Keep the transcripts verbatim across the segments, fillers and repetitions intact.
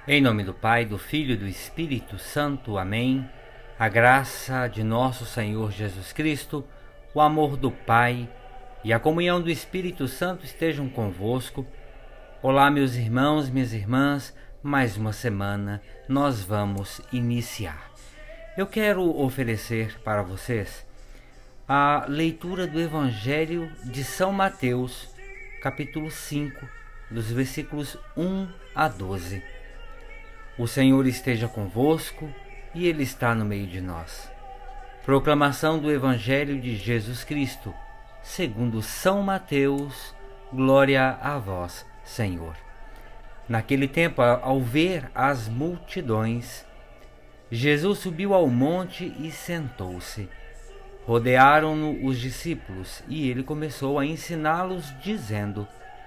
Em nome do Pai, do Filho e do Espírito Santo. Amém. A graça de nosso Senhor Jesus Cristo, o amor do Pai e a comunhão do Espírito Santo estejam convosco. Olá, meus irmãos, minhas irmãs, mais uma semana nós vamos iniciar. Eu quero oferecer para vocês a leitura do Evangelho de São Mateus, capítulo cinco, dos versículos um a doze. O Senhor esteja convosco e Ele está no meio de nós. Proclamação do Evangelho de Jesus Cristo, segundo São Mateus. Glória a vós, Senhor. Naquele tempo, ao ver as multidões, Jesus subiu ao monte e sentou-se. Rodearam-no os discípulos e ele começou a ensiná-los, dizendo: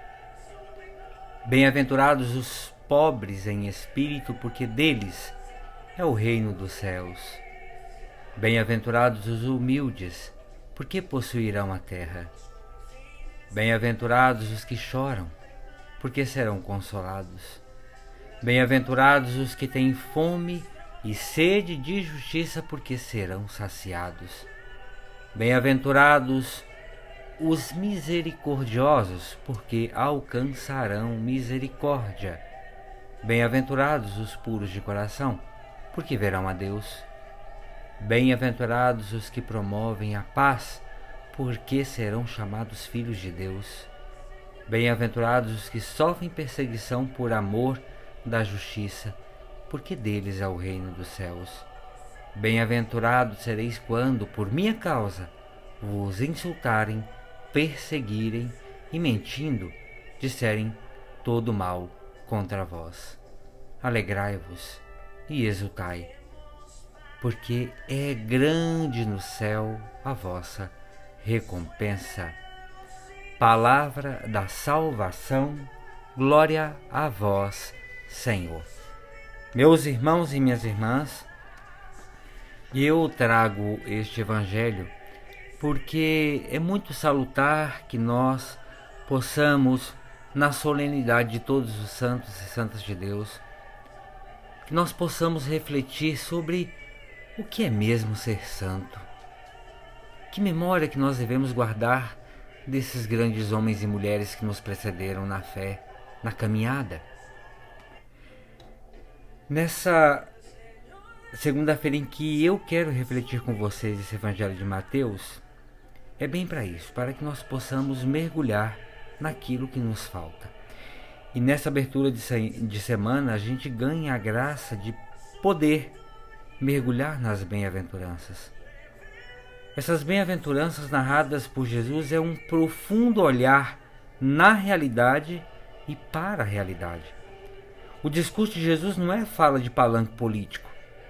Bem-aventurados os pobres em espírito, porque deles é o reino dos céus. Bem-aventurados os humildes, porque possuirão a terra. Bem-aventurados os que choram, porque serão consolados. Bem-aventurados os que têm fome e sede de justiça, porque serão saciados. Bem-aventurados os misericordiosos, porque alcançarão misericórdia. Bem-aventurados os puros de coração, porque verão a Deus. Bem-aventurados os que promovem a paz, porque serão chamados filhos de Deus. Bem-aventurados os que sofrem perseguição por amor da justiça, porque deles é o reino dos céus. Bem-aventurados sereis quando, por minha causa, vos insultarem, perseguirem e, mentindo, disserem todo mal contra vós. Alegrai-vos e exultai, porque é grande no céu a vossa recompensa. Palavra da salvação. Glória a vós, Senhor. Meus irmãos e minhas irmãs, eu trago este evangelho porque é muito salutar que nós possamos, na solenidade de todos os santos e santas de Deus, que nós possamos refletir sobre o que é mesmo ser santo. Que memória que nós devemos guardar desses grandes homens e mulheres que nos precederam na fé, na caminhada. Nessa segunda-feira em que eu quero refletir com vocês esse Evangelho de Mateus, é bem para isso, para que nós possamos mergulhar naquilo que nos falta. E nessa abertura de, se de semana, a gente ganha a graça de poder mergulhar nas bem-aventuranças. Essas bem-aventuranças narradas por Jesus é um profundo olhar na realidade e para a realidade. O discurso de Jesus não é fala de palanque político,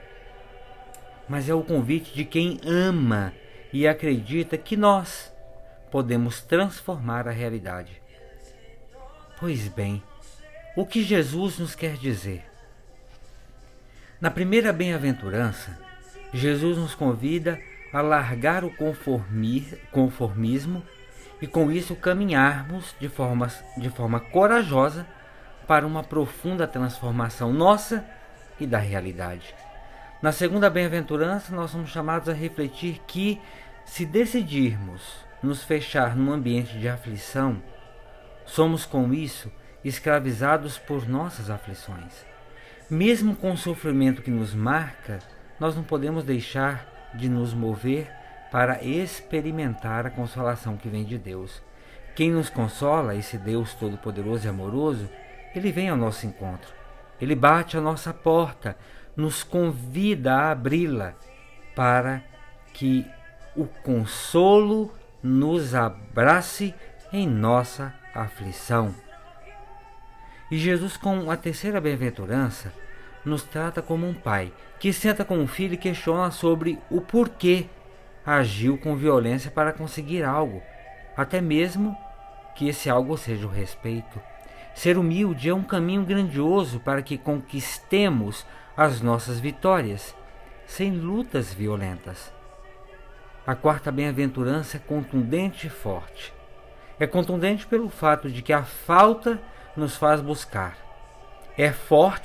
mas é o convite de quem ama e acredita que nós podemos transformar a realidade. Pois bem, o que Jesus nos quer dizer? Na primeira bem-aventurança, Jesus nos convida a largar o conformismo e com isso caminharmos de forma, de forma corajosa para uma profunda transformação nossa e da realidade. Na segunda bem-aventurança, nós somos chamados a refletir que, se decidirmos nos fechar num ambiente de aflição, somos com isso escravizados por nossas aflições. Mesmo com o sofrimento que nos marca, nós não podemos deixar de nos mover para experimentar a consolação que vem de Deus. Quem nos consola, esse Deus todo-poderoso e amoroso, Ele vem ao nosso encontro. Ele bate à nossa porta, nos convida a abri-la para que o consolo nos abrace em nossa aflição. E Jesus, com a terceira bem-aventurança, nos trata como um pai que senta com um filho e questiona sobre o porquê agiu com violência para conseguir algo, até mesmo que esse algo seja o respeito. Ser humilde é um caminho grandioso para que conquistemos as nossas vitórias, sem lutas violentas. A quarta bem-aventurança é contundente e forte. É contundente pelo fato de que a falta nos faz buscar. É forte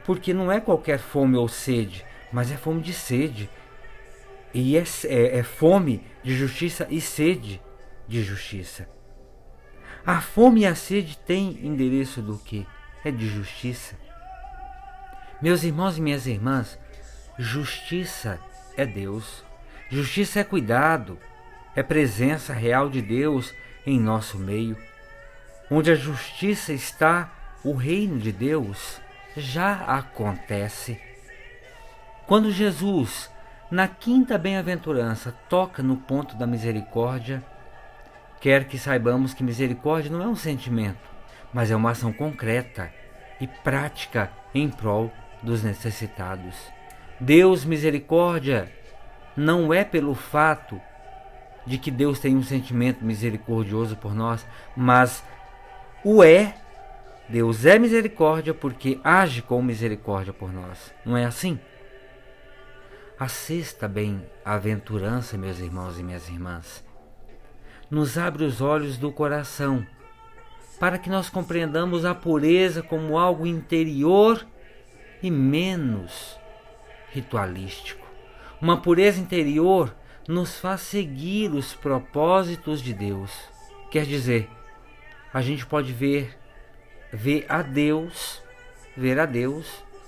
porque não é qualquer fome ou sede, mas é fome de sede. E é, é, é fome de justiça e sede de justiça. A fome e a sede têm endereço do quê? É de justiça. Meus irmãos e minhas irmãs, justiça é Deus. Justiça é cuidado, é presença real de Deus em nosso meio. Onde a justiça está, o reino de Deus já acontece. Quando Jesus, na quinta bem-aventurança, toca no ponto da misericórdia, quer que saibamos que misericórdia não é um sentimento, mas é uma ação concreta e prática em prol dos necessitados. Deus misericórdia não é pelo fato de que Deus tem um sentimento misericordioso por nós, mas o é. Deus é misericórdia porque age com misericórdia por nós. Não é assim? A sexta bem-aventurança, meus irmãos e minhas irmãs, nos abre os olhos do coração para que nós compreendamos a pureza como algo interior e menos ritualístico. Uma pureza interior nos faz seguir os propósitos de Deus. Quer dizer, a gente pode ver, ver a Deus, ver a Deus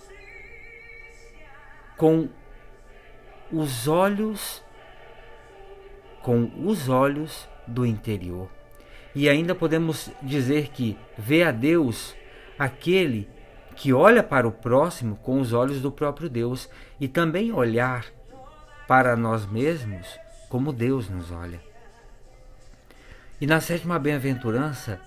com os olhos, com os olhos do interior. E ainda podemos dizer que vê a Deus aquele que olha para o próximo com os olhos do próprio Deus e também olhar para nós mesmos como Deus nos olha. E na sétima bem-aventurança,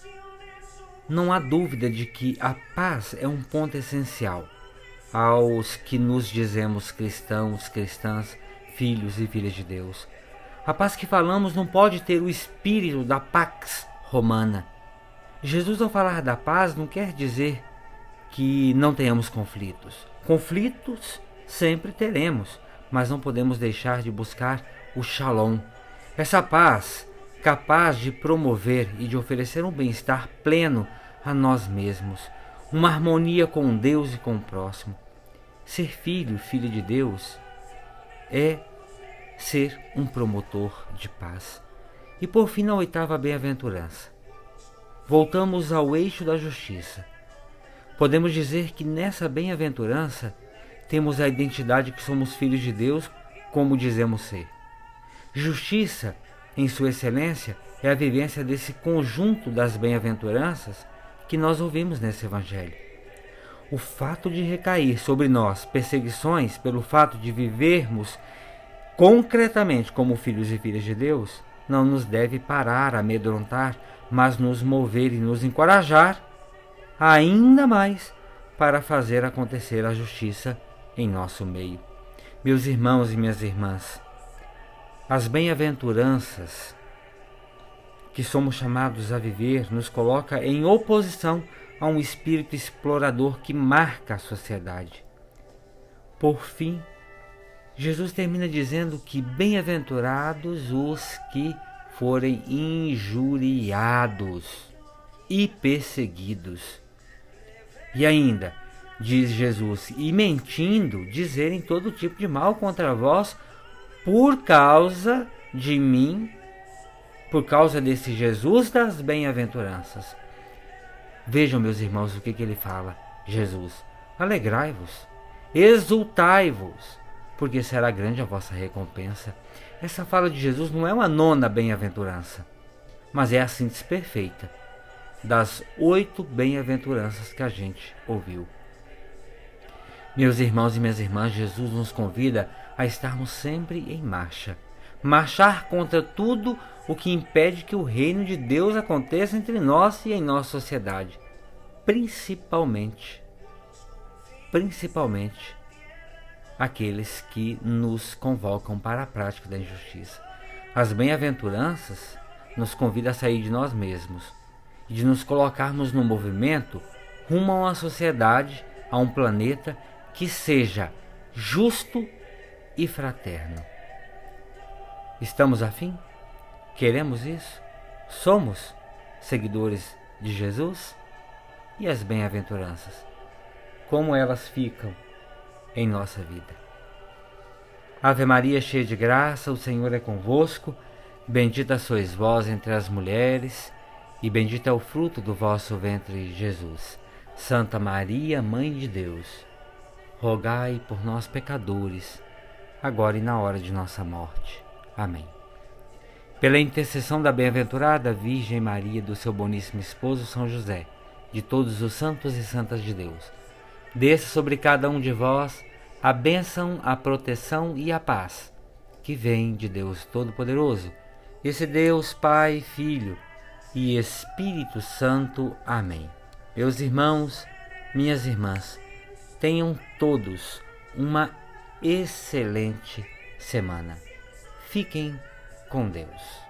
não há dúvida de que a paz é um ponto essencial aos que nos dizemos cristãos, cristãs, filhos e filhas de Deus. A paz que falamos não pode ter o espírito da pax romana. Jesus, ao falar da paz, não quer dizer que não tenhamos conflitos. Conflitos sempre teremos, mas não podemos deixar de buscar o shalom. Essa paz capaz de promover e de oferecer um bem-estar pleno a nós mesmos, uma harmonia com Deus e com o próximo. Ser filho, filha de Deus, é ser um promotor de paz. E por fim, na oitava bem-aventurança, voltamos ao eixo da justiça. Podemos dizer que nessa bem-aventurança temos a identidade que somos filhos de Deus, como dizemos ser. Justiça, em sua excelência, é a vivência desse conjunto das bem-aventuranças que nós ouvimos nesse Evangelho. O fato de recair sobre nós perseguições pelo fato de vivermos concretamente como filhos e filhas de Deus não nos deve parar, amedrontar, mas nos mover e nos encorajar ainda mais para fazer acontecer a justiça em nosso meio. Meus irmãos e minhas irmãs, as bem-aventuranças que somos chamados a viver nos coloca em oposição a um espírito explorador que marca a sociedade. Por fim, Jesus termina dizendo que bem-aventurados os que forem injuriados e perseguidos. E ainda, diz Jesus, e mentindo, dizerem todo tipo de mal contra vós por causa de mim, por causa desse Jesus das bem-aventuranças. Vejam, meus irmãos, o que, que ele fala. Jesus, alegrai-vos, exultai-vos, porque será grande a vossa recompensa. Essa fala de Jesus não é uma nona bem-aventurança, mas é a síntese perfeita das oito bem-aventuranças que a gente ouviu. Meus irmãos e minhas irmãs, Jesus nos convida a estarmos sempre em marcha. Marchar contra tudo o que impede que o reino de Deus aconteça entre nós e em nossa sociedade. Principalmente, principalmente, aqueles que nos convocam para a prática da injustiça. As bem-aventuranças nos convidam a sair de nós mesmos e de nos colocarmos no movimento rumo a uma sociedade, a um planeta que seja justo e fraterno. Estamos afim? Queremos isso? Somos seguidores de Jesus? E as bem-aventuranças? como elas ficam em nossa vida. Ave Maria, cheia de graça, o Senhor é convosco. Bendita sois vós entre as mulheres, e bendito é o fruto do vosso ventre, Jesus. Santa Maria, Mãe de Deus, rogai por nós, pecadores, agora e na hora de nossa morte. Amém. Pela intercessão da bem-aventurada Virgem Maria, do seu boníssimo esposo São José, de todos os santos e santas de Deus, desça sobre cada um de vós a bênção, a proteção e a paz que vem de Deus Todo-Poderoso, esse Deus Pai, Filho e Espírito Santo. Amém. Meus irmãos, minhas irmãs, tenham todos uma excelente semana. Fiquem com Deus.